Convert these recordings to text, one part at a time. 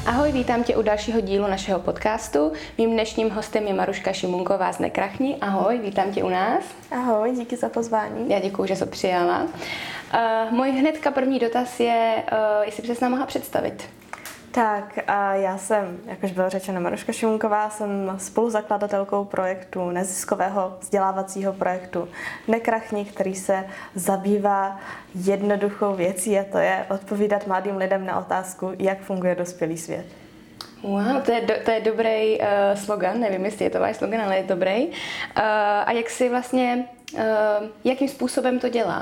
Ahoj, vítám tě u dalšího dílu našeho podcastu. Mým dnešním hostem je Maruška Šimunková z Nekrachni. Ahoj, vítám tě u nás. Ahoj, díky za pozvání. Já děkuju, že jsi přijala. Můj hnedka první dotaz je, jestli by se s námi mohla představit. Tak, já jsem, jak už bylo řečeno, Maruška Šimunková, jsem spoluzakladatelkou projektu, neziskového vzdělávacího projektu Nekrachni, který se zabývá jednoduchou věcí, a to je odpovídat mladým lidem na otázku, jak funguje dospělý svět. Wow, to je dobrý slogan, nevím, jestli je to váš slogan, ale je dobrý. A jak si vlastně, jakým způsobem to dělá?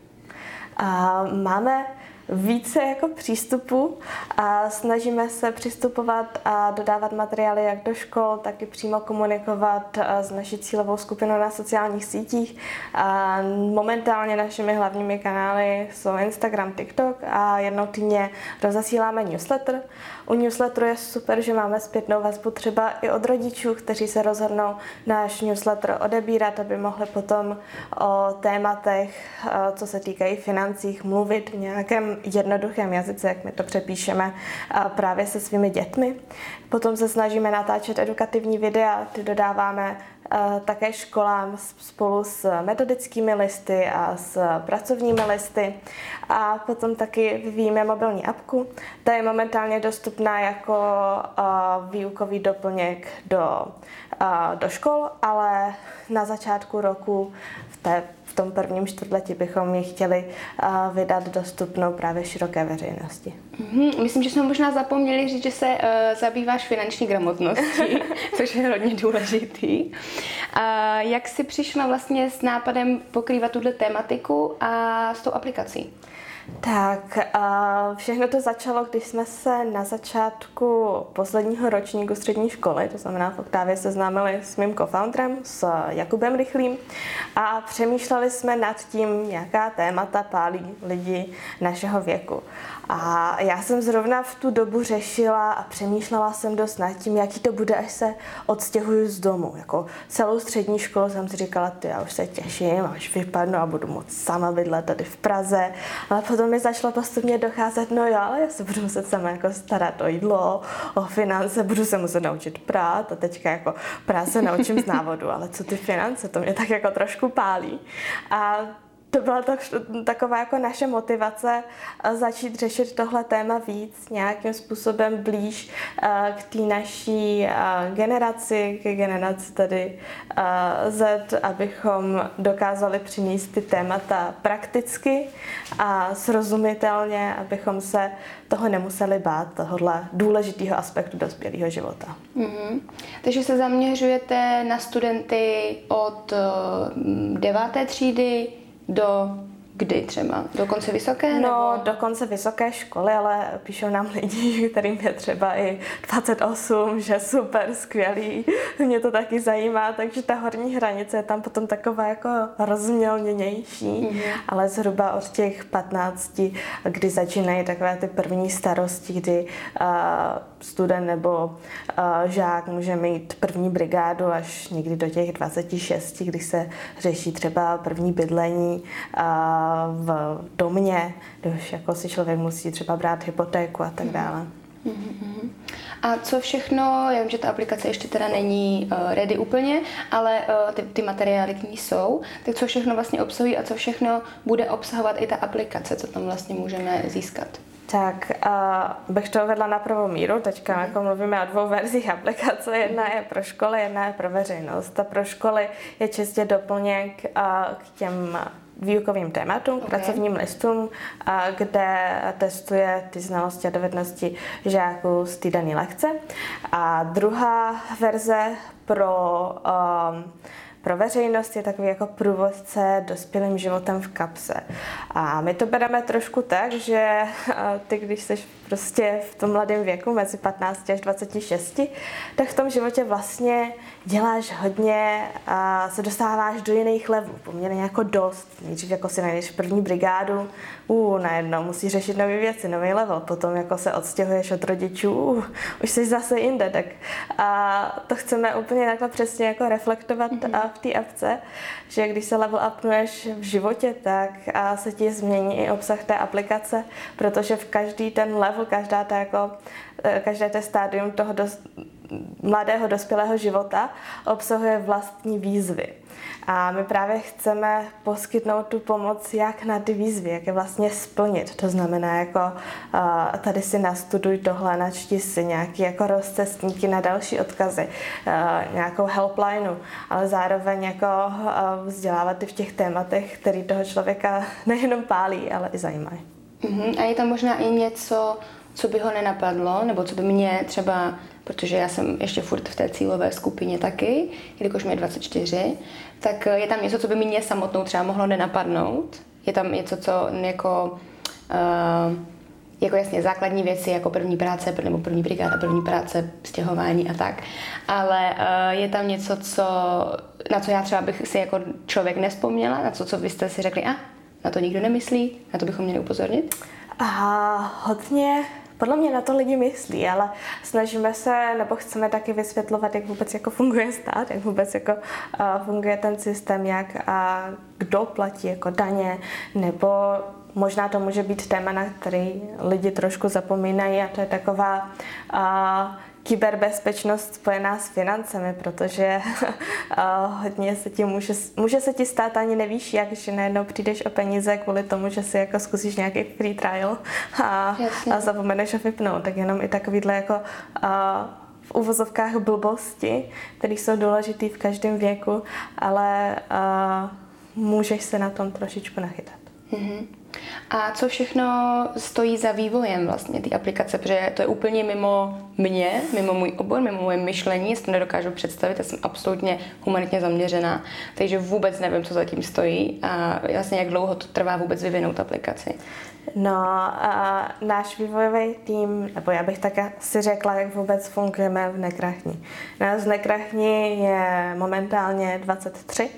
Máme více jako přístupů a snažíme se přistupovat a dodávat materiály jak do škol, tak i přímo komunikovat s naší cílovou skupinou na sociálních sítích. A momentálně našimi hlavními kanály jsou Instagram, TikTok a jednou týdně rozesíláme newsletter. U newsletteru je super, že máme zpětnou vazbu třeba i od rodičů, kteří se rozhodnou náš newsletter odebírat, aby mohli potom o tématech, co se týkají financích, mluvit v nějakém jednoduchém jazyce, jak my to přepíšeme právě se svými dětmi. Potom se snažíme natáčet edukativní videa, ty dodáváme také školám spolu s metodickými listy a s pracovními listy. A potom taky vyvíjíme mobilní apku. Ta je momentálně dostupná jako výukový doplněk do škol, ale na začátku roku v tom prvním čtvrtletí bychom ji chtěli vydat dostupnou právě široké veřejnosti. Myslím, že jsme možná zapomněli říct, že se zabýváš finanční gramotností, což je hodně důležitý. Jak jsi přišla vlastně s nápadem pokrývat tuhle tématiku a s tou aplikací? Tak, všechno to začalo, když jsme se na začátku posledního ročníku střední školy, to znamená v Oktávě, seznámili s mým co-founderem, s Jakubem Rychlým, a přemýšleli jsme nad tím, jaká témata pálí lidi našeho věku. A já jsem zrovna v tu dobu řešila a přemýšlela jsem dost nad tím, jaký to bude, až se odstěhuju z domu. Jako celou střední školu jsem si říkala, já už se těším, až vypadnu a budu moc sama bydlet tady v Praze. Ale potom mi začalo postupně docházet, no jo, ale já se budu muset sama jako starat o jídlo, o finance, budu se muset naučit prát a teďka jako prát se naučím z návodu, ale co ty finance, to mě tak jako trošku pálí. A to byla taková jako naše motivace začít řešit tohle téma víc, nějakým způsobem blíž k té naší generaci, k generaci tady Z, abychom dokázali přinést ty témata prakticky a srozumitelně, abychom se toho nemuseli bát, tohohle důležitého aspektu dospělého života. Mm-hmm. Takže se zaměřujete na studenty od 9. třídy do kdy třeba? Do konce vysoké? No, nebo? do konce vysoké školy, ale píšou nám lidi, kterým je třeba i 28, že super, skvělý, mě to taky zajímá, takže ta horní hranice je tam potom taková jako rozmělněnější, ale zhruba od těch 15, kdy začínají takové ty první starosti, kdy student nebo žák může mít první brigádu až někdy do těch 26, kdy se řeší třeba první bydlení v domě, kde už jako si člověk musí třeba brát hypotéku a tak dále. A co všechno, já vím, že ta aplikace ještě teda není ready úplně, ale ty materiály k ní jsou, tak co všechno vlastně obsahují a co všechno bude obsahovat i ta aplikace, co tam vlastně můžeme získat? Tak bych to uvedla na pravou míru. Teďka jako mluvíme o dvou verzích aplikace. Jedna je pro školy, jedna je pro veřejnost. Ta pro školy je čistě doplněk k těm výukovým tématům, pracovním listům, kde testuje ty znalosti a dovednosti žáků z té dané lekce. A druhá verze pro veřejnost je takový jako průvodce dospělým životem v kapse. A my to bereme trošku tak, že ty, když jsi prostě v tom mladém věku, mezi 15 až 26, tak v tom životě vlastně děláš hodně a se dostáváš do jiných levelů, poměrně jako dost. Nejdřív jako si najdeš první brigádu, najednou musíš řešit nové věci, nový level, potom jako se odstěhuješ od rodičů, už jsi zase jinde, tak a to chceme úplně takhle přesně jako reflektovat v té apce, že když se level upnuješ v životě, tak se ti změní i obsah té aplikace, protože v každý ten level, každé té stádium toho mladého dospělého života obsahuje vlastní výzvy. A my právě chceme poskytnout tu pomoc, jak na ty výzvy, jak je vlastně splnit. To znamená, jako tady si nastuduj tohle, načti si nějaký jako rozcestníky na další odkazy, nějakou helplineu, ale zároveň jako vzdělávat i v těch tématech, který toho člověka nejenom pálí, ale i zajímají. A je tam možná i něco, co by ho nenapadlo, nebo co by mě třeba, protože já jsem ještě furt v té cílové skupině taky, jelikož mě je 24, tak je tam něco, co by mě samotnou třeba mohlo nenapadnout. Je tam něco, co jako jasně základní věci, jako první práce, nebo první brigáda, první práce, stěhování a tak. Ale je tam něco, na co já třeba bych si jako člověk nevzpomněla, na co vy jste si řekli, na to nikdo nemyslí, na to bychom měli upozornit? Hodně, podle mě na to lidi myslí, ale snažíme se, nebo chceme taky vysvětlovat, jak vůbec jako funguje stát, jak vůbec jako funguje ten systém, jak a kdo platí jako daně, nebo možná to může být téma, na který lidi trošku zapomínají, a to je taková kyberbezpečnost spojená s financemi, protože hodně se ti může se ti stát, ani nevíš jak, že najednou přijdeš o peníze kvůli tomu, že si jako zkusíš nějaký free trial a zapomeneš ho vypnout. Tak jenom i takovýhle jako v uvozovkách blbosti, které jsou důležitý v každém věku, ale můžeš se na tom trošičku nachytat. Mm-hmm. A co všechno stojí za vývojem vlastně ty aplikace, protože to je úplně mimo mě, mimo můj obor, mimo moje myšlení, si to nedokážu představit, já jsem absolutně humanitně zaměřená, takže vůbec nevím, co zatím stojí a vlastně jak dlouho to trvá vůbec vyvinout aplikaci. No, náš vývojový tým, nebo já bych také si řekla, jak vůbec fungujeme v Nekrachni. Nás v Nekrachni je momentálně 23,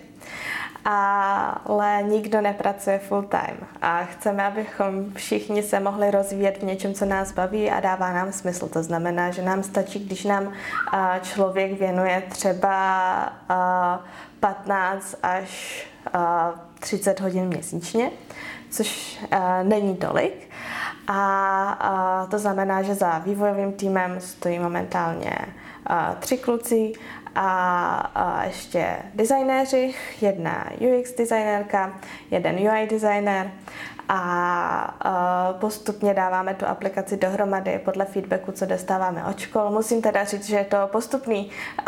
ale nikdo nepracuje full time a chceme, abychom všichni se mohli rozvíjet v něčem, co nás baví a dává nám smysl. To znamená, že nám stačí, když nám člověk věnuje třeba 15 až 30 hodin měsíčně, což není tolik. A to znamená, že za vývojovým týmem stojí momentálně 3 kluci a ještě designéři, jedna UX designérka, jeden UI designer a postupně dáváme tu aplikaci dohromady podle feedbacku, co dostáváme od škol. Musím teda říct, že je to postupný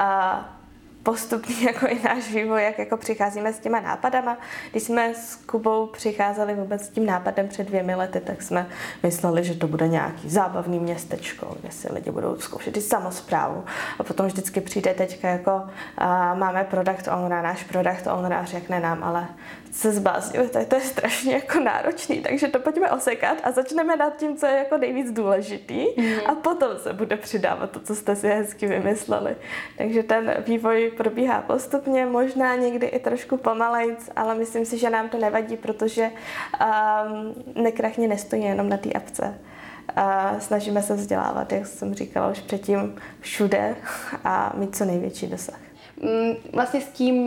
jako i náš vývoj, jak jako přicházíme s těma nápadama. Když jsme s Kubou přicházeli vůbec s tím nápadem před 2 lety, tak jsme mysleli, že to bude nějaký zábavný městečko, kde si lidi budou zkoušet i samosprávu. A potom vždycky přijde teďka jako máme product ownera, náš product owner a řekne nám, ale se zbláznili, to je strašně jako náročný, takže to pojďme osekat a začneme nad tím, co je jako nejvíc důležitý a potom se bude přidávat to, co jste si hezky vymysleli. Takže ten vývoj probíhá postupně, možná někdy i trošku pomalejc, ale myslím si, že nám to nevadí, protože Nekrachni nestojí jenom na té apce. Snažíme se vzdělávat, jak jsem říkala už předtím, všude a mít co největší dosah. Vlastně s tím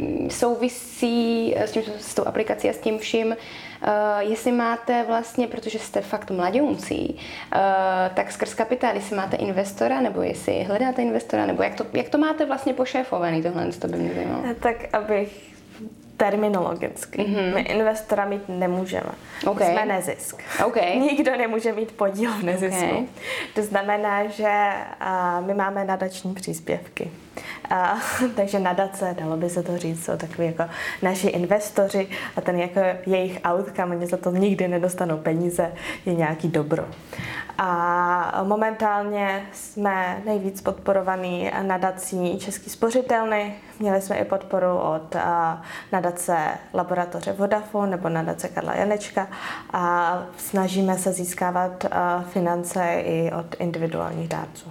souvisí, s tou aplikací a s tím vším, jestli máte vlastně, protože jste fakt mladiouncí, tak skrz kapitál, jestli máte investora, nebo jestli hledáte investora, nebo jak to máte vlastně pošéfovaný, tohle to by mě zajímalo. Tak abych terminologicky. My investora mít nemůžeme. Okay. Jsme nezisk. Okay. Nikdo nemůže mít podíl v nezisku. Okay. To znamená, že my máme nadační příspěvky. Takže nadace, dalo by se to říct, jsou takový jako naši investoři a ten jako jejich outcome, oni za to nikdy nedostanou peníze, je nějaký dobro. A momentálně jsme nejvíc podporovaný nadací Český spořitelny. Měli jsme i podporu od nadace Laboratoře Vodafone nebo nadace Karla Janečka a snažíme se získávat finance i od individuálních dárců.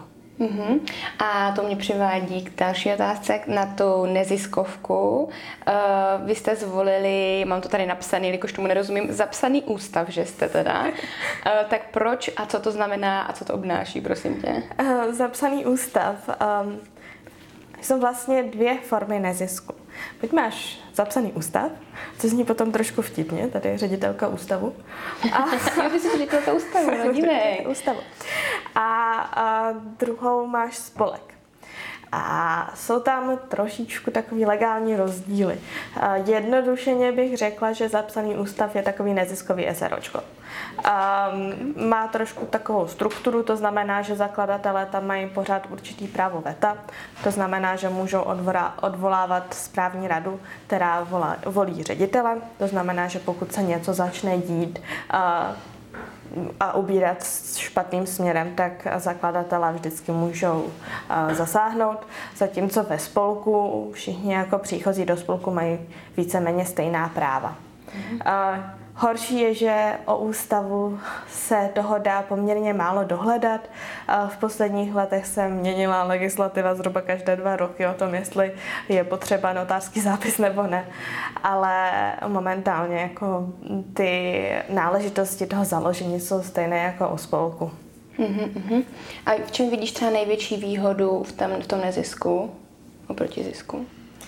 A to mě přivádí k další otázce, na tu neziskovku. Vy jste zvolili, mám to tady napsaný, jelikož tomu nerozumím, zapsaný ústav, že jste teda. Tak proč a co to znamená a co to obnáší, prosím tě? Zapsaný ústav. Jsou vlastně 2 formy nezisku. buď máš zapsaný ústav, co zní potom trošku vtipně, tady je ředitelka ústavu. Já bych si ředitelka ústavu, no dívej. Ústavu. A druhou máš spolek. A jsou tam trošičku takový legální rozdíly. Jednodušeně bych řekla, že zapsaný ústav je takový neziskový SROčko. Má trošku takovou strukturu, to znamená, že zakladatelé tam mají pořád určitý právo veta. To znamená, že můžou odvolávat správní radu, která volí ředitele. To znamená, že pokud se něco začne dít a ubírat špatným směrem, tak zakladatelé vždycky můžou zasáhnout. Zatímco ve spolku všichni jako příchozí do spolku mají víceméně stejná práva. Horší je, že o ústavu se toho dá poměrně málo dohledat. V posledních letech se měnila legislativa zhruba každé 2 roky o tom, jestli je potřeba notářský zápis nebo ne. Ale momentálně jako ty náležitosti toho založení jsou stejné jako o spolku. A v čem vidíš třeba největší výhodu v tom nezisku oproti zisku?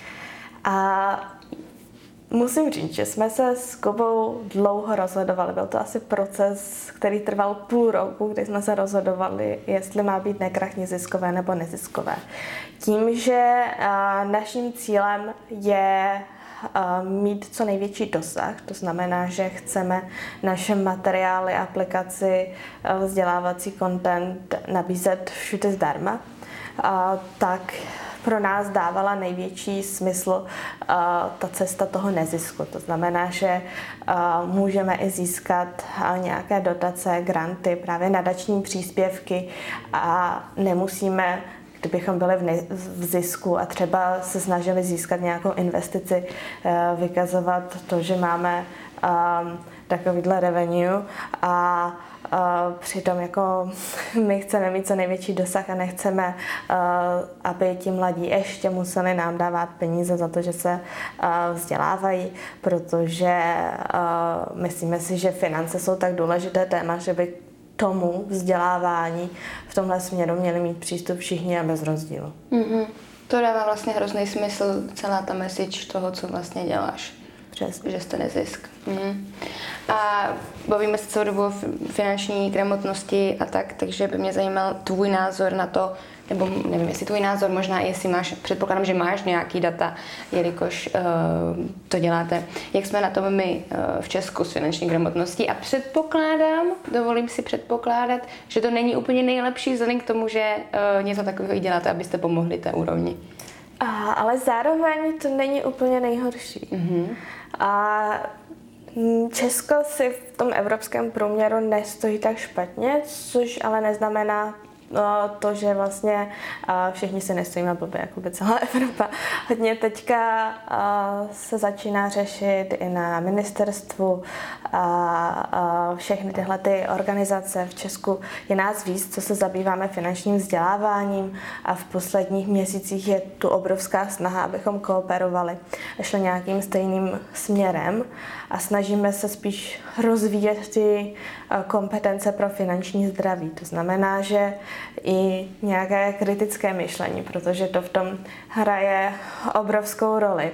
Musím říct, že jsme se s Kubou dlouho rozhodovali. Byl to asi proces, který trval půl roku, kdy jsme se rozhodovali, jestli má být nekrachně ziskové nebo neziskové. Tím, že naším cílem je mít co největší dosah, to znamená, že chceme naše materiály, aplikaci, vzdělávací content nabízet všude zdarma, tak pro nás dávala největší smysl ta cesta toho nezisku. To znamená, že můžeme i získat nějaké dotace, granty, právě nadační příspěvky a nemusíme, kdybychom byli v zisku a třeba se snažili získat nějakou investici, vykazovat to, že máme takovýhle revenue a přitom jako my chceme mít co největší dosah a nechceme, aby ti mladí ještě museli nám dávat peníze za to, že se vzdělávají, protože myslíme si, že finance jsou tak důležité téma, že by tomu vzdělávání v tomhle směru měli mít přístup všichni a bez rozdílu. To dává vlastně hrozný smysl, celá ta message toho, co vlastně děláš. Přesně. Že jste nezisk. A bavíme se celou dobu o finanční gramotnosti a tak, takže by mě zajímal tvůj názor na to, nebo nevím, jestli tvůj názor, možná jestli máš, předpokládám, že máš nějaký data, jelikož to děláte. Jak jsme na tom my v Česku s finanční gramotností a dovolím si předpokládat, že to není úplně nejlepší vzhledem k tomu, že něco takového i děláte, abyste pomohli té úrovni. Ale zároveň to není úplně nejhorší. A Česko si v tom evropském průměru nestojí tak špatně, což ale neznamená to, že vlastně všichni se nestojíme blbě, jako by celá Evropa. Hodně teďka se začíná řešit i na ministerstvu a všechny tyhle ty organizace v Česku. Je nás víc, co se zabýváme finančním vzděláváním a v posledních měsících je tu obrovská snaha, abychom kooperovali a šli nějakým stejným směrem a snažíme se spíš rozvíjet ty kompetence pro finanční zdraví. To znamená, že i nějaké kritické myšlení, protože to v tom hraje obrovskou roli.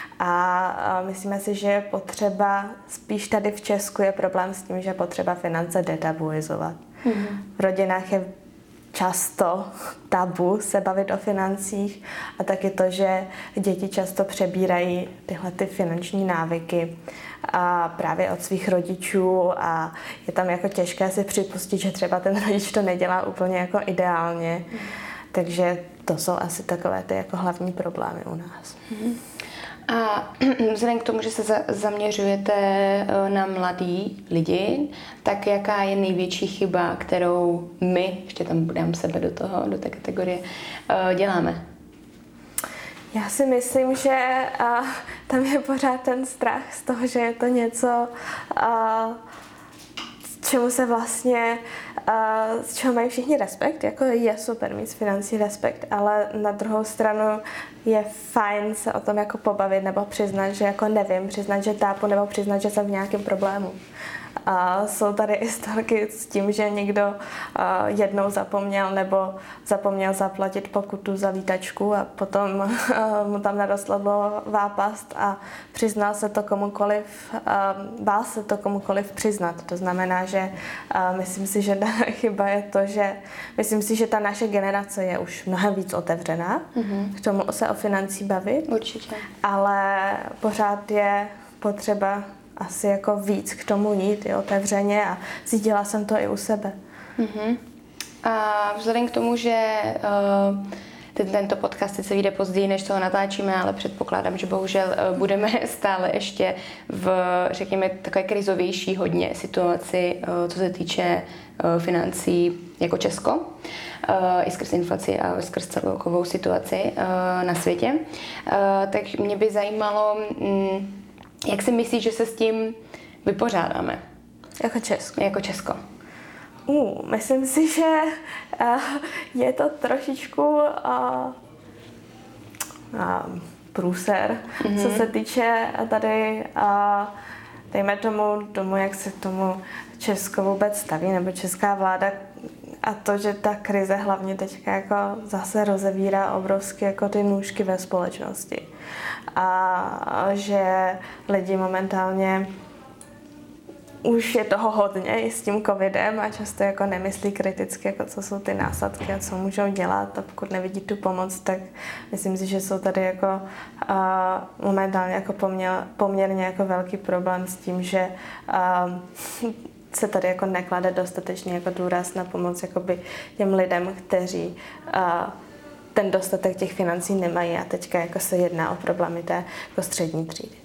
A myslíme si, že je potřeba, spíš tady v Česku je problém s tím, že je potřeba finance detabuizovat. V rodinách je často tabu se bavit o financích a taky to, že děti často přebírají tyhle ty finanční návyky a právě od svých rodičů a je tam jako těžké si připustit, že třeba ten rodič to nedělá úplně jako ideálně. Takže to jsou asi takové ty jako hlavní problémy u nás. A vzhledem k tomu, že se zaměřujete na mladý lidi, tak jaká je největší chyba, kterou my, ještě tam dám sebe do té kategorie, děláme? Já si myslím, že tam je pořád ten strach z toho, že je to něco, čemu se vlastně, z čeho mají všichni respekt, jako je super mít z financí respekt, ale na druhou stranu je fajn se o tom jako pobavit nebo přiznat, že jako nevím, přiznat, že tápu nebo přiznat, že jsem v nějakém problému. Jsou tady historky s tím, že někdo jednou zapomněl zaplatit pokutu za lítačku a potom mu tam narostla dluhová past a přiznal se to komukoliv, bál se to komukoliv přiznat. To znamená, že myslím si, že chyba je to, že myslím si, že ta naše generace je už mnohem víc otevřená k tomu se o financí bavit. Určitě. Ale pořád je potřeba asi jako víc k tomu jít, je otevřeně a cítila jsem to i u sebe. A vzhledem k tomu, že tento podcast se vyjde později, než toho natáčíme, ale předpokládám, že bohužel budeme stále ještě v, řekněme, takové krizovější hodně situaci, co se týče financí jako Česko, i skrz inflaci a skrz celkovou situaci na světě. Tak mě by zajímalo, jak si myslíš, že se s tím vypořádáme? Jako Česko. Jako Česko. Myslím si, že je to trošičku průser, co se týče tady, dejme tomu, jak se tomu Česko vůbec staví, nebo česká vláda, a to, že ta krize hlavně teďka jako zase rozevírá obrovsky jako ty nůžky ve společnosti. A že lidi momentálně už je toho hodně i s tím covidem a často jako nemyslí kriticky, jako co jsou ty následky a co můžou dělat, a pokud nevidí tu pomoc, tak myslím si, že jsou tady jako momentálně jako poměrně jako velký problém s tím, že se tady jako neklade dostatečně jako důraz na pomoc jakoby těm lidem, kteří ten dostatek těch financí nemají, a teďka jako se jedná o problémy té jako střední třídy.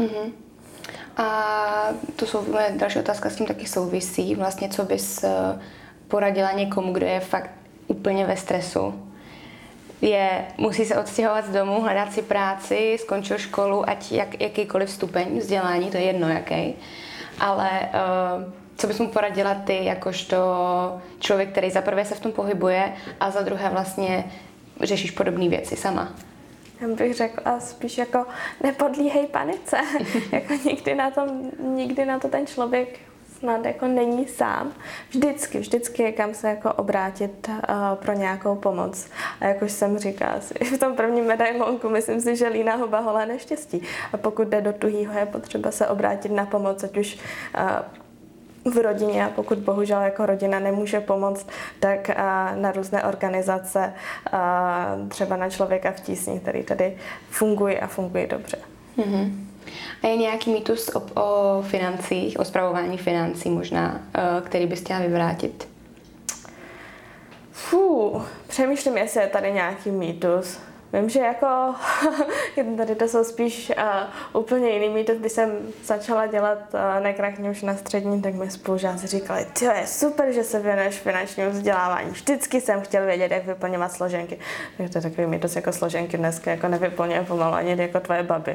A to jsou moje další otázka, s tím taky souvisí. Vlastně, co bys poradila někomu, kdo je fakt úplně ve stresu? Musí se odstěhovat z domu, hledat si práci, skončil školu, ať jakýkoliv stupeň vzdělání, to je jedno jaký. Ale co bys mu poradila ty, jakožto člověk, který za prvé se v tom pohybuje a za druhé vlastně řešíš podobné věci sama? Já bych řekla spíš jako nepodlíhej panice. Jako nikdy na to ten člověk snad jako není sám. Vždycky je kam se jako obrátit pro nějakou pomoc. A jak už jsem říkala, v tom prvním medailonku myslím si, že líná huba holé neštěstí. A pokud jde do tuhýho, je potřeba se obrátit na pomoc, ať už v rodině, a pokud bohužel jako rodina nemůže pomoct, tak na různé organizace, třeba na Člověka v tísni, který tady funguje a funguje dobře. A je nějaký mýtus o financích, o spravování financí možná, který bys chtěla vyvrátit? Přemýšlím, jestli je tady nějaký mýtus. Vím, že jako tady to jsou spíš úplně jiný mýtus. Když jsem začala dělat Nekrachni už na střední, tak mi spolužáci říkali, to je super, že se věnuješ finančnímu vzdělávání. Vždycky jsem chtěl vědět, jak vyplňovat složenky. Takže to je takový mýtus, jako složenky dneska jako nevyplňuje pomalu ani jako tvoje baby.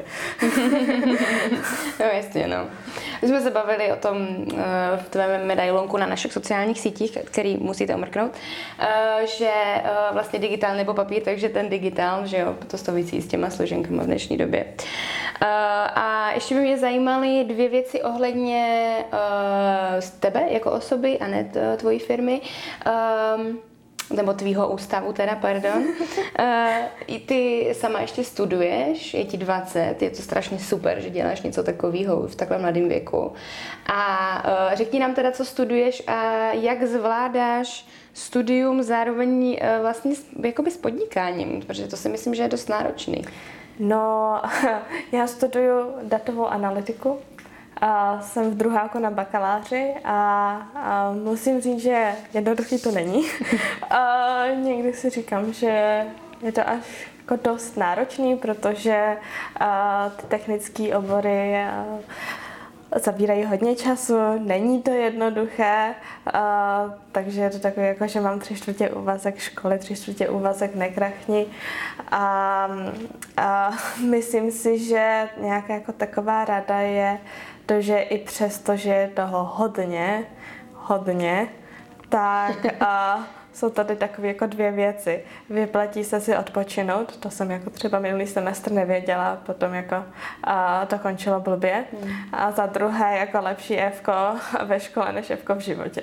No jasně, no. My jsme se bavili o tom v tvém medailonku na našich sociálních sítích, který musíte omrknout, že vlastně digitál nebo papír, takže ten digitál, že jo, to souvisí s těma složenkama v dnešní době. A ještě by mě zajímaly dvě věci ohledně z tebe jako osoby a ne tvojí firmy. Nebo tvýho ústavu teda, pardon. Ty sama ještě studuješ, je ti 20, je to strašně super, že děláš něco takového v takhle mladém věku. A řekni nám teda, co studuješ a jak zvládáš studium zároveň vlastně jakoby s podnikáním, protože to si myslím, že je dost náročný. No, já studuju datovou analytiku. Jsem v druháku na bakaláři a musím říct, že jednoduchý to není. Někdy si říkám, že je to až jako dost náročný, protože ty technické obory zabírají hodně času, není to jednoduché, takže je to takové, jako, že mám 3/4 úvazek školy, 3/4 úvazek Nekrachni a myslím si, že nějaká jako taková rada je to, že i přesto, že je toho hodně, tak jsou tady takové jako dvě věci. Vyplatí se si odpočinout, to jsem jako třeba minulý semestr nevěděla, potom jako to končilo blbě. A za druhé jako lepší Fko ve škole než Fko v životě.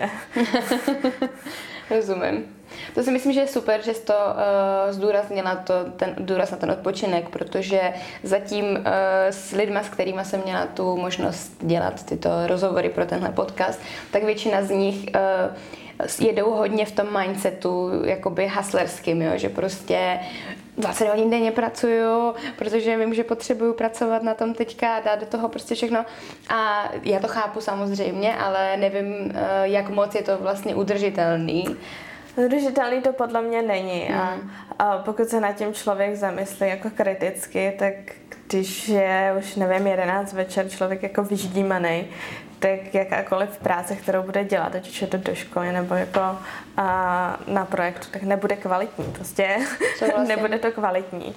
Rozumím. To si myslím, že je super, že jsi to zdůraznila, ten důraz na ten odpočinek, protože zatím s lidma, s kterými jsem měla tu možnost dělat tyto rozhovory pro tenhle podcast, tak většina z nich jedou hodně v tom mindsetu jakoby hustlerským, jo? Že prostě 20 hodin denně pracuju, protože vím, že potřebuju pracovat na tom teďka, dát do toho prostě všechno. A já to chápu samozřejmě, ale nevím, jak moc je to vlastně udržitelný. Udržitelný to podle mě není. A pokud se nad tím člověk zamyslí jako kriticky, tak když je už nevím 11 večer člověk jako vyždímaný, tak jakákoliv práce, kterou bude dělat, ať už je to do školy nebo jako na projektu, tak nebude kvalitní. Prostě nebude to kvalitní.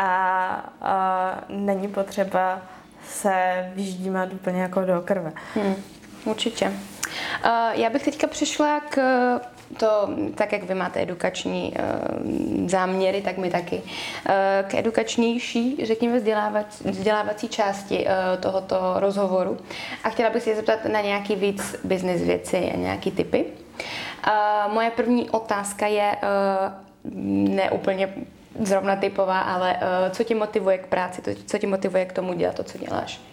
A není potřeba se vyždímat úplně jako do krve. Určitě. Já bych teďka přišla k to, tak jak vy máte edukační záměry, tak my taky. K edukačnější, řekněme, vzdělávací části tohoto rozhovoru. A chtěla bych se zeptat na nějaký víc business věci a nějaký tipy. Moje první otázka je neúplně zrovna typová, ale co tě motivuje k práci, co tě motivuje k tomu dělat to, co děláš?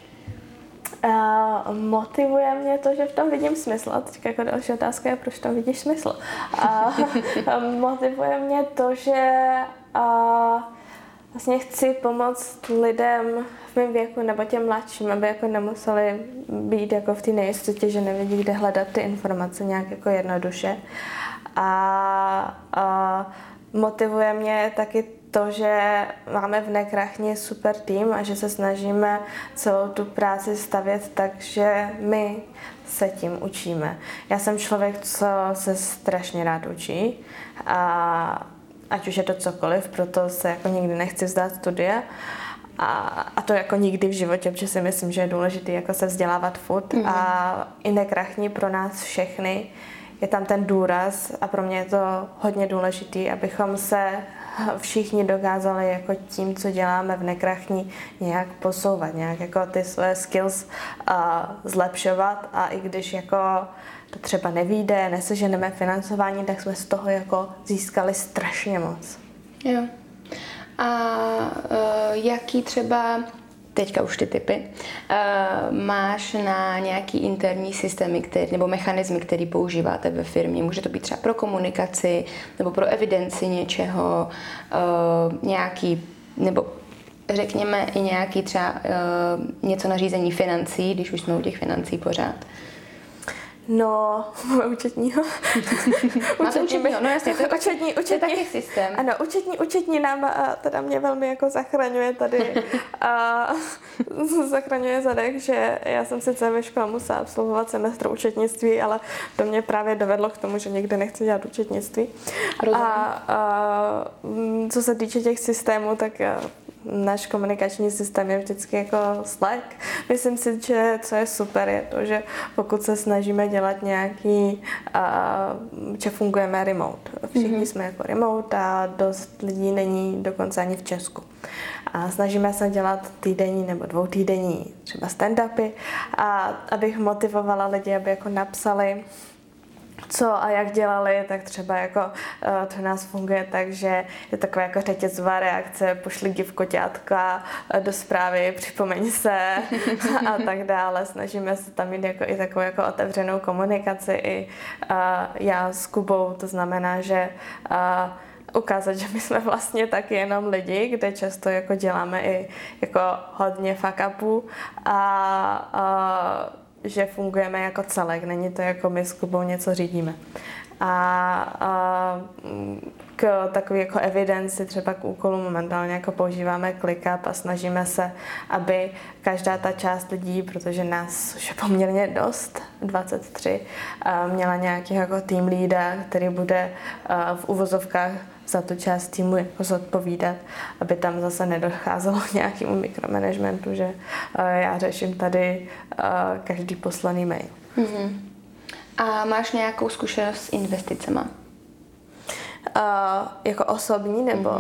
Motivuje mě to, že v tom vidím smysl. A teďka jako další otázka je, proč tam vidíš smysl. Motivuje mě to, že vlastně chci pomoct lidem v mém věku nebo těm mladším, aby jako nemuseli být jako v té nejistotě, že nevědí, kde hledat ty informace nějak jako jednoduše. A motivuje mě taky to, že máme v Nekrachni super tým a že se snažíme celou tu práci stavět tak, že my se tím učíme. Já jsem člověk, co se strašně rád učí, a ať už je to cokoliv, proto se jako nikdy nechci vzdát studia. A to jako nikdy v životě, protože si myslím, že je důležité jako se vzdělávat furt. A i Nekrachni pro nás všechny je tam ten důraz a pro mě je to hodně důležitý, abychom se všichni dokázali jako tím, co děláme v Nekrachni, nějak posouvat, nějak jako ty své skills zlepšovat, a i když jako to třeba nevyjde, neseženeme financování, tak jsme z toho jako získali strašně moc. Jo. A jaký třeba teďka už ty tipy, máš na nějaký interní systémy nebo mechanismy, které používáte ve firmě? Může to být třeba pro komunikaci nebo pro evidenci něčeho, nějaký, nebo řekněme i nějaký třeba něco na řízení financí, když už jsme u těch financí pořád. No, účetního. Účetního, no jasně, to je taky systém. Ano, účetní nám teda mě velmi jako zachraňuje tady zachraňuje zadek, že já jsem sice ve škole musela absolvovat semestr účetnictví, ale to mě právě dovedlo k tomu, že někde nechci dělat účetnictví. Co se týče těch systémů, tak náš komunikační systém je vždycky jako Slack. Myslím si, že co je super, je to, že pokud se snažíme dělat nějaký, že fungujeme remote. Všichni jsme jako remote a dost lidí není dokonce ani v Česku. A snažíme se dělat týdenní nebo dvoutýdenní třeba stand-upy, a abych motivovala lidi, aby jako napsali, co a jak dělali, tak třeba jako to nás funguje tak, že je taková jako řetězová reakce, pošli gif koťátka do zprávy, připomeň se a tak dále. Snažíme se tam mít jako i takovou jako otevřenou komunikaci i já s Kubou, to znamená, že ukázat, že my jsme vlastně taky jenom lidi, kde často jako děláme i jako hodně fuck upů a že fungujeme jako celek, není to jako my s Kubou něco řídíme. A k takové jako evidenci, třeba k úkolu momentálně jako používáme ClickUp a snažíme se, aby každá ta část lidí, protože nás už je poměrně dost, 23, měla nějaký jako team leader, který bude v uvozovkách za tu část týmu jako zodpovídat, aby tam zase nedocházelo k nějakému mikromanagementu, že já řeším tady každý poslaný mail. Mm-hmm. A máš nějakou zkušenost s investicema? jako osobní, nebo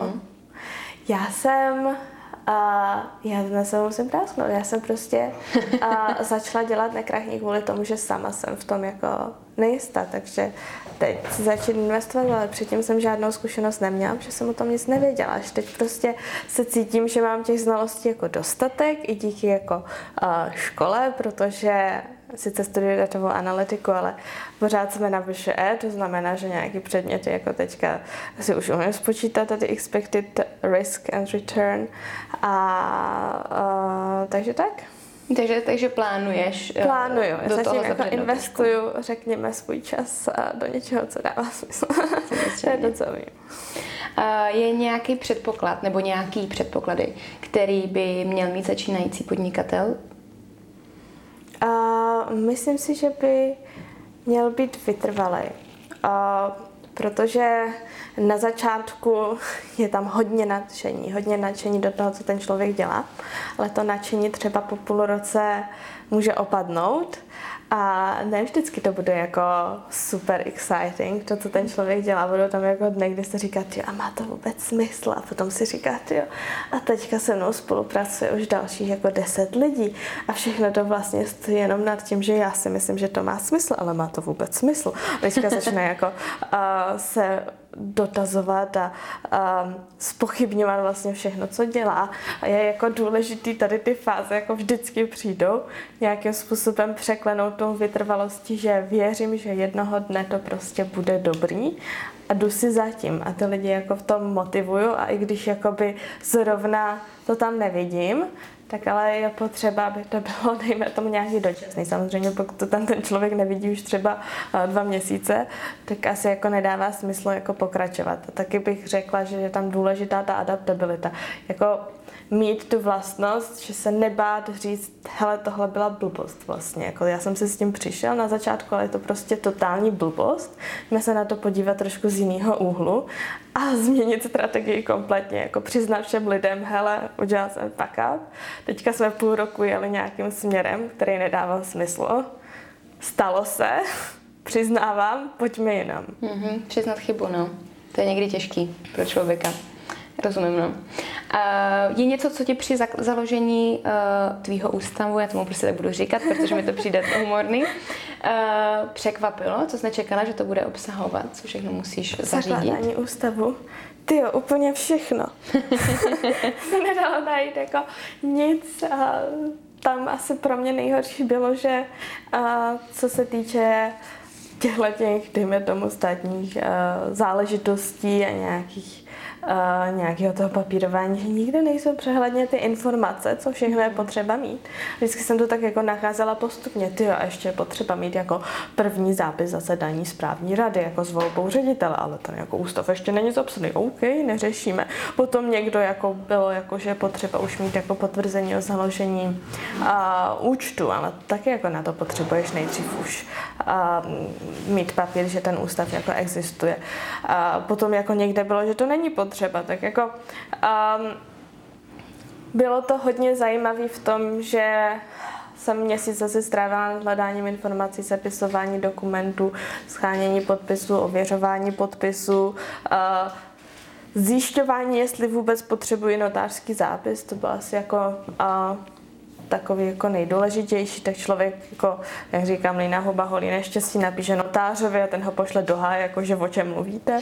já dnes se musím prásknout. Já jsem prostě začala dělat nekrachní kvůli tomu, že sama jsem v tom jako nejistá, takže teď začít investovat, ale předtím jsem žádnou zkušenost neměla, protože jsem o tom nic nevěděla. Až teď prostě se cítím, že mám těch znalostí jako dostatek i díky jako škole, protože sice studuji datovou analytiku, ale pořád jsme na VŠE, to znamená, že nějaký předměty jako teďka si už umím spočítat tady expected risk and return takže tak. Takže plánuješ Plánuju, do zatím toho jako investuju, řekněme, svůj čas do něčeho, co dává smysl. To je to, co vím. Je nějaký předpoklad nebo nějaký předpoklady, který by měl mít začínající podnikatel? Myslím si, že by měl být vytrvalý, protože na začátku je tam hodně nadšení do toho, co ten člověk dělá, ale to nadšení třeba po půl roce může opadnout a ne vždycky to bude jako super exciting, to, co ten člověk dělá. Budou tam jako dny, kdy se říká, a má to vůbec smysl? A potom si říká, a teďka se mnou spolupracuje už dalších jako 10 lidí a všechno to vlastně stojí jenom nad tím, že já si myslím, že to má smysl, ale má to vůbec smysl. A teďka začne jako se dotazovat a zpochybňovat vlastně všechno, co dělá. A je jako důležitý tady ty fáze jako vždycky přijdou nějakým způsobem překlenout tou vytrvalostí, že věřím, že jednoho dne to prostě bude dobrý a jdu si zatím a ty lidi jako v tom motivuju a i když jakoby zrovna to tam nevidím, tak ale je potřeba, aby to bylo, dejme tomu, nějaký dočasný. Samozřejmě, pokud to tam ten člověk nevidí už třeba 2 měsíce, tak asi jako nedává smysl jako pokračovat. A taky bych řekla, že je tam důležitá ta adaptabilita. Jako mít tu vlastnost, že se nebát říct, hele, tohle byla blbost vlastně. Jako já jsem si s tím přišel na začátku, ale je to prostě totální blbost. Můžeme se na to podívat trošku z jiného úhlu a změnit strategii kompletně. Jako přiznat všem lidem, hele, udělal jsem fuck up. Teďka jsme půl roku jeli nějakým směrem, který nedával smysl. Stalo se, přiznávám, pojďme jinam. Přiznat chybu, no. To je někdy těžký pro člověka. Rozumím, no. Je něco, co ti při založení tvýho ústavu, já tomu prostě tak budu říkat, protože mi to přijde humorný, překvapilo, co jsi nečekala, že to bude obsahovat, co všechno musíš zařídit? Zakládání ústavu. Tyjo, úplně všechno. Se nedalo najít jako nic. Tam asi pro mě nejhorší bylo, že co se týče těch, dejme tomu, státních záležitostí a nějakého toho papírování, že nikde nejsou přehledně ty informace, co všechno je potřeba mít. Vždycky jsem to tak jako nacházela postupně. A ještě je potřeba mít jako první zápis zasedání správní rady, jako s volbou ředitele, ale ten jako ústav ještě není zapsaný. OK, neřešíme. Potom někdo jako bylo, jako, že je potřeba už mít jako potvrzení o založení účtu, ale taky jako na to potřebuješ nejdřív už mít papír, že ten ústav jako existuje. Potom jako někde bylo, že to není potřeba, tak jako bylo to hodně zajímavé v tom, že jsem měsíc asi strávila nad hledáním informací, zapisování dokumentů, shánění podpisů, ověřování podpisů, zjišťování, jestli vůbec potřebuji notářský zápis, to bylo asi jako takový jako nejdůležitější, tak člověk, jako, jak říkám, líná huba holí neštěstí, napíše notářovi a ten ho pošle do háje, jakože o čem mluvíte.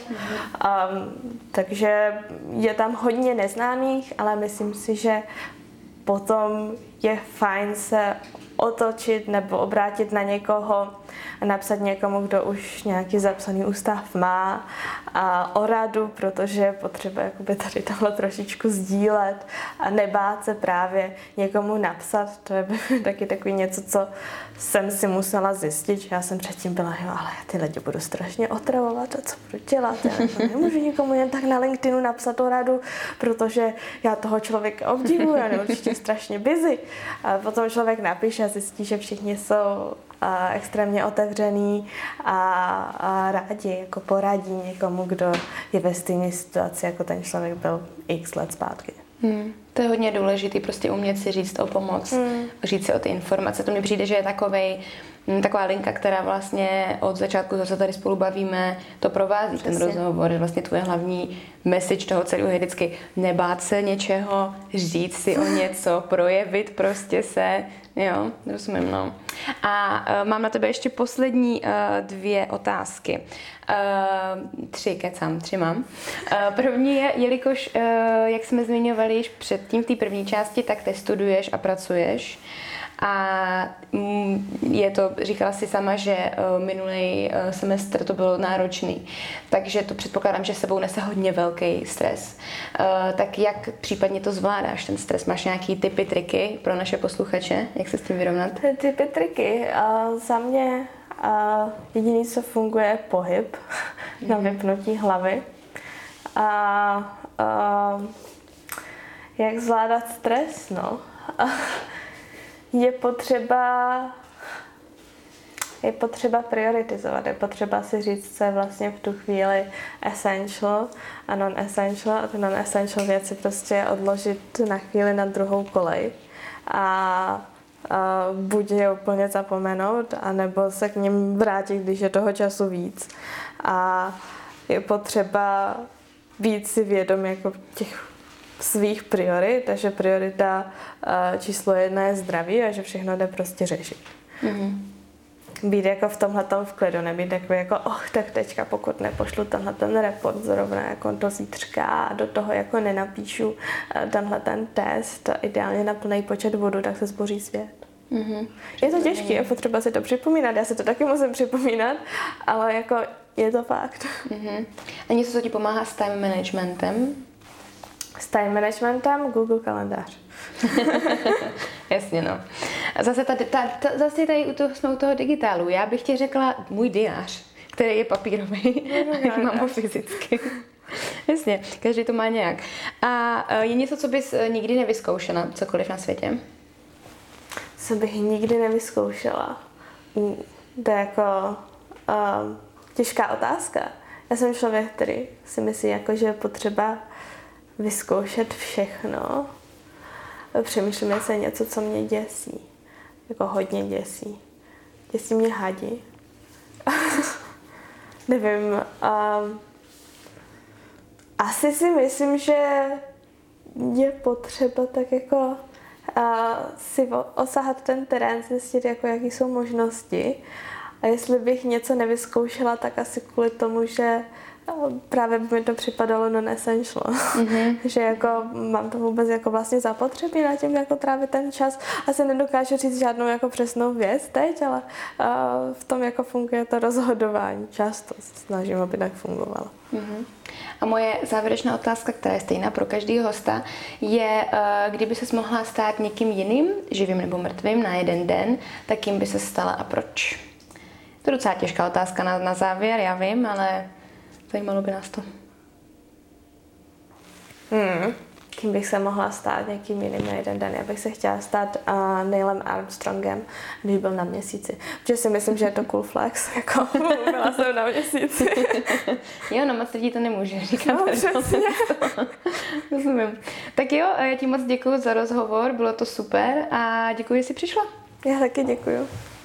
Takže je tam hodně neznámých, ale myslím si, že potom je fajn se otočit nebo obrátit na někoho a napsat někomu, kdo už nějaký zapsaný ústav má a o radu, protože je potřeba jakoby tady tohle trošičku sdílet a nebát se právě někomu napsat. To je taky takový něco, co jsem si musela zjistit. Já jsem předtím byla, ale já ty lidi budu strašně otravovat a co budu dělat. Já nemůžu nikomu jen tak na LinkedInu napsat o radu, protože já toho člověka obdivuju, já určitě strašně busy. A potom člověk napíše a zjistí, že všichni jsou extrémně otevřený a rádi jako poradí někomu, kdo je ve stejné situaci, jako ten člověk byl x let zpátky. To je hodně důležité, prostě umět si říct o pomoc, říct si o ty informace. To mi přijde, že je takovej taková linka, která vlastně od začátku, co se tady spolu bavíme, to provází ten rozhovor. Vlastně tvoje hlavní message toho celého je vždycky nebát se něčeho, říct si o něco, projevit prostě se, jo, rozumím, no. A mám na tebe ještě poslední 2 otázky. 3 mám. První je, jelikož, jak jsme zmiňovali již předtím v té první části, tak ty studuješ a pracuješ. A je to, říkala jsi sama, že minulý semestr to bylo náročný, takže to předpokládám, že sebou nese hodně velký stres. Tak jak případně to zvládáš, ten stres? Máš nějaký tipy, triky pro naše posluchače? Jak se s tím vyrovnat? Tipy, triky. Za mě jediný, co funguje, je pohyb na vypnutí hlavy. Jak zvládat stres? No. Je potřeba prioritizovat, je potřeba si říct, co je vlastně v tu chvíli essential a non-essential a ty non-essential věci prostě odložit na chvíli na druhou kolej a buď je úplně zapomenout, anebo se k nim vrátit, když je toho času víc. A je potřeba být si vědom jako těch svých priorit, takže priorita číslo 1 je zdraví a že všechno jde prostě řešit. Být jako v tomhletom v klidu, nebýt takový jako tak teďka pokud nepošlu ten report zrovna jako do zítřka a do toho jako nenapíšu tenhle ten test ideálně na plný počet bodů, tak se zboří svět. Je to těžké, je potřeba si to připomínat, já si to taky musím připomínat, ale jako je to fakt. A něco, co ti pomáhá s time managementem? S time managementem Google kalendář. Jasně, no. A zase tady jsme u toho digitálu. Já bych ti řekla můj diář, který je papírový. Mám ho fyzicky. Jasně, každý to má nějak. A je něco, co bys nikdy nevyzkoušela, cokoliv na světě? Co bych nikdy nevyzkoušela? To je jako těžká otázka. Já jsem člověk, který si myslí, jako, že je potřeba vyzkoušet všechno. Přemýšlím, jestli je něco, co mě děsí. Jako hodně děsí. Děsí mě hadi. Nevím. Asi si myslím, že je potřeba tak jako si osahat ten terén, zjistit, jako, jaký jsou možnosti. A jestli bych něco nevyzkoušela, tak asi kvůli tomu, že právě by mi to připadalo non-essential. Že jako mám to vůbec jako vlastně zapotřebí na tím jako trávit ten čas. Asi nedokážu říct žádnou jako přesnou věc teď, ale v tom jako funguje to rozhodování. Často se snažím, aby tak fungovalo. A moje závěrečná otázka, která je stejná pro každého hosta, je, kdyby ses mohla stát někým jiným, živým nebo mrtvým, na jeden den, tak kým by se stala a proč? To je docela těžká otázka na závěr, já vím, ale zajímalo by nás to. Kým bych se mohla stát někým jiným na jeden den? Já bych se chtěla stát Neilem Armstrongem, když byl na měsíci. Protože si myslím, že je to cool flex. Jako, byla jsem na měsíci. Jo, no moc lidí to nemůže říkat. No, přesně. Rozumím. Tak jo, já ti moc děkuji za rozhovor, bylo to super a děkuji, že jsi přišla. Já taky děkuju.